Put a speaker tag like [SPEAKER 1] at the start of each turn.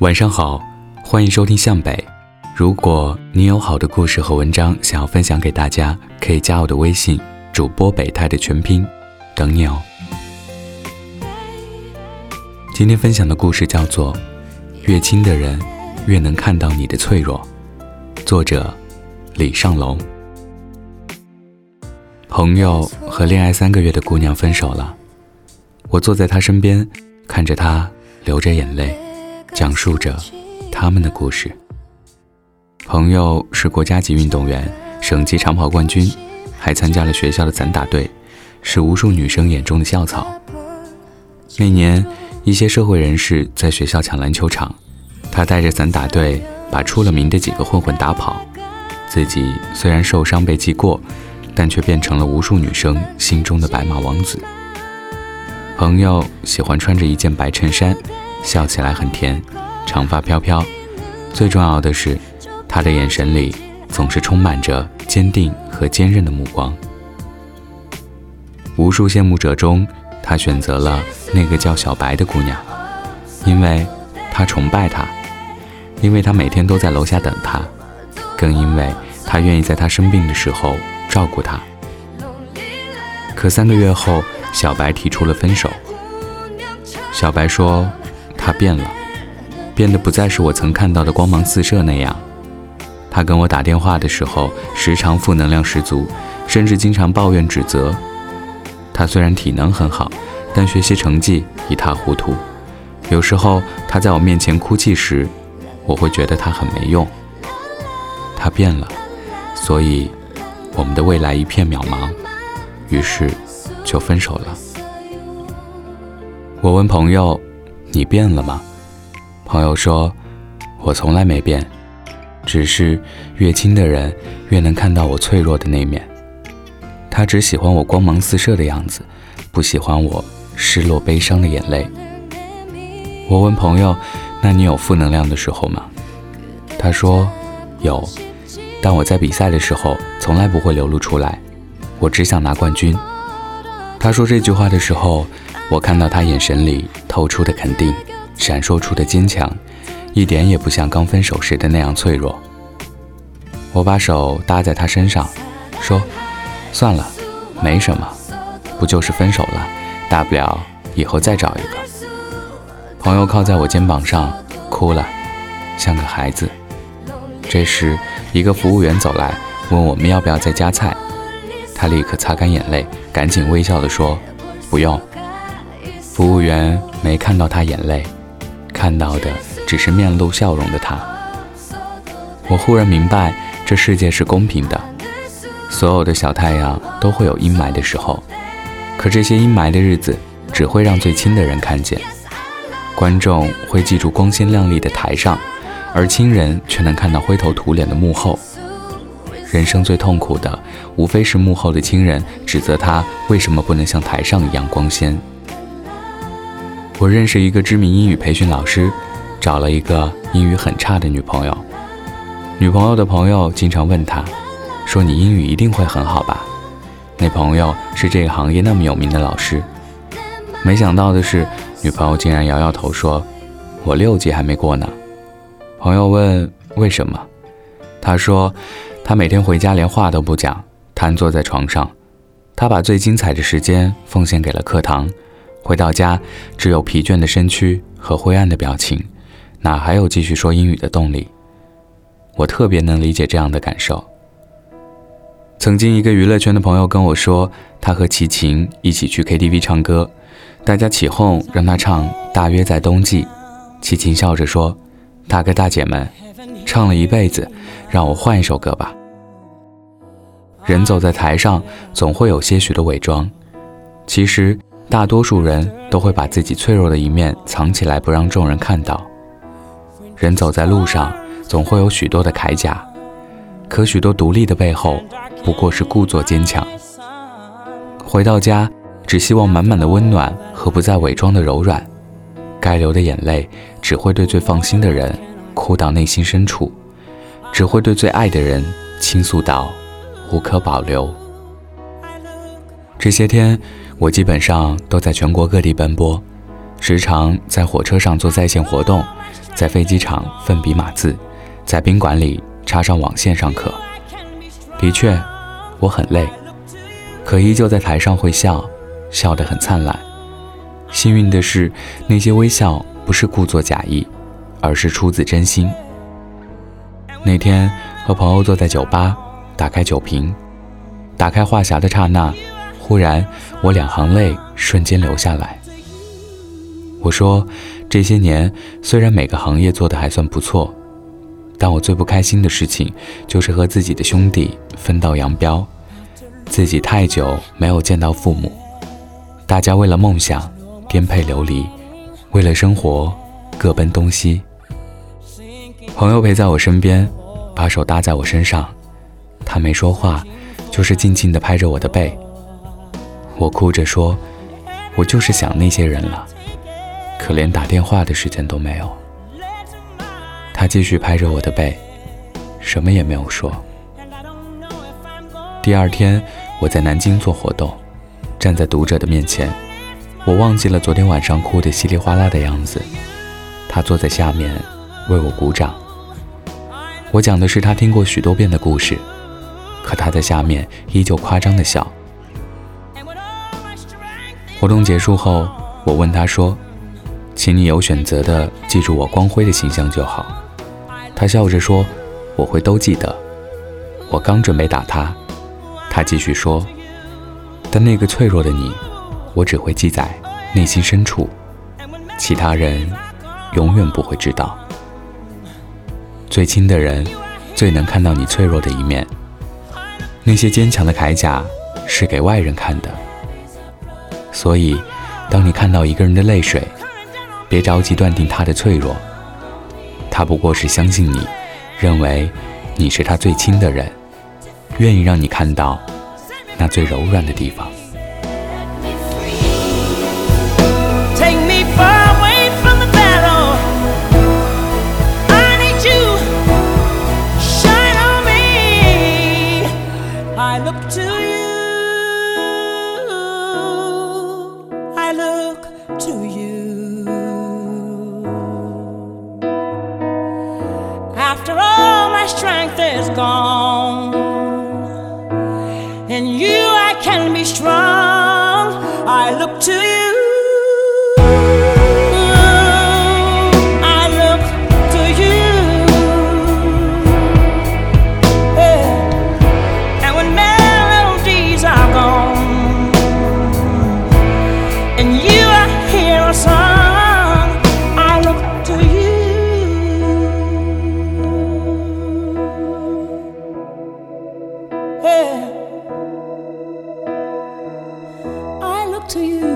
[SPEAKER 1] 晚上好，欢迎收听向北。如果你有好的故事和文章想要分享给大家，可以加我的微信，主播北泰的全拼，等你哦。今天分享的故事叫做越亲的人越能看到你的脆弱，作者李尚龙。朋友和恋爱3个月的姑娘分手了，我坐在她身边，看着她流着眼泪，讲述着他们的故事。朋友是国家级运动员，省级长跑冠军，还参加了学校的散打队，是无数女生眼中的校草。那年一些社会人士在学校抢篮球场，他带着散打队把出了名的几个混混打跑，自己虽然受伤被记过，但却变成了无数女生心中的白马王子。朋友喜欢穿着一件白衬衫，笑起来很甜，长发飘飘，最重要的是他的眼神里总是充满着坚定和坚韧的目光。无数羡慕者中，他选择了那个叫小白的姑娘，因为他崇拜她，因为他每天都在楼下等她，更因为他愿意在她生病的时候照顾她。可3个月后，小白提出了分手。小白说他变了，变得不再是我曾看到的光芒四射那样。他跟我打电话的时候时常负能量十足，甚至经常抱怨指责。他虽然体能很好，但学习成绩一塌糊涂。有时候他在我面前哭泣时，我会觉得他很没用。他变了，所以我们的未来一片渺茫，于是就分手了。我问朋友，你变了吗？朋友说，我从来没变，只是越亲的人越能看到我脆弱的那面。他只喜欢我光芒四射的样子，不喜欢我失落悲伤的眼泪。我问朋友，那你有负能量的时候吗？他说有，但我在比赛的时候从来不会流露出来，我只想拿冠军。他说这句话的时候，我看到他眼神里透出的肯定，闪烁出的坚强，一点也不像刚分手时的那样脆弱。我把手搭在他身上，说算了，没什么，不就是分手了，大不了以后再找一个。朋友靠在我肩膀上哭了，像个孩子。这时一个服务员走来，问我们要不要再加菜。他立刻擦干眼泪，赶紧微笑地说不用。服务员没看到他眼泪，看到的只是面露笑容的他。我忽然明白，这世界是公平的，所有的小太阳都会有阴霾的时候，可这些阴霾的日子只会让最亲的人看见。观众会记住光鲜亮丽的台上，而亲人却能看到灰头土脸的幕后。人生最痛苦的无非是幕后的亲人指责他为什么不能像台上一样光鲜。我认识一个知名英语培训老师，找了一个英语很差的女朋友。女朋友的朋友经常问他，说你英语一定会很好吧？那朋友是这个行业那么有名的老师。没想到的是，女朋友竟然摇摇头说，我6级还没过呢。朋友问为什么？他说他每天回家连话都不讲，瘫坐在床上。他把最精彩的时间奉献给了课堂，回到家只有疲倦的身躯和灰暗的表情，哪还有继续说英语的动力？我特别能理解这样的感受。曾经一个娱乐圈的朋友跟我说，他和齐秦一起去 KTV 唱歌，大家起哄让他唱大约在冬季。齐秦笑着说，大哥大姐们，唱了一辈子，让我换一首歌吧。人走在台上，总会有些许的伪装，其实大多数人都会把自己脆弱的一面藏起来，不让众人看到。人走在路上，总会有许多的铠甲，可许多独立的背后，不过是故作坚强。回到家，只希望满满的温暖和不再伪装的柔软，该流的眼泪只会对最放心的人哭到内心深处，只会对最爱的人倾诉到无可保留。这些天我基本上都在全国各地奔波， 时常在火车上做在线活动，在飞机场奋笔码字，在宾馆里插上网线上课。的确，我很累，可依旧在台上会笑，笑得很灿烂。幸运的是，那些微笑不是故作假意，而是出自真心。那天和朋友坐在酒吧，打开酒瓶，打开话匣的刹那，忽然我2行泪瞬间流下来。我说，这些年虽然每个行业做得还算不错，但我最不开心的事情就是和自己的兄弟分道扬镳，自己太久没有见到父母，大家为了梦想颠沛流离，为了生活各奔东西。朋友陪在我身边，把手搭在我身上，他没说话，就是静静地拍着我的背。我哭着说，我就是想那些人了，可连打电话的时间都没有。他继续拍着我的背，什么也没有说。第二天，我在南京做活动，站在读者的面前，我忘记了昨天晚上哭得稀里哗啦的样子。他坐在下面为我鼓掌。我讲的是他听过许多遍的故事，可他在下面依旧夸张地笑。活动结束后，我问他说，请你有选择地记住我光辉的形象就好。他笑着说，我会都记得。我刚准备打他，他继续说，但那个脆弱的你，我只会记在内心深处，其他人永远不会知道。最亲的人最能看到你脆弱的一面，那些坚强的铠甲是给外人看的。所以当你看到一个人的泪水，别着急断定他的脆弱，他不过是相信你，认为你是他最亲的人，愿意让你看到那最柔软的地方。
[SPEAKER 2] After all my strength is gone, in you I can be strong. I look to you, I look to you, yeah. And when melodies are gone, and you I hear a song, I look to you. I look to you.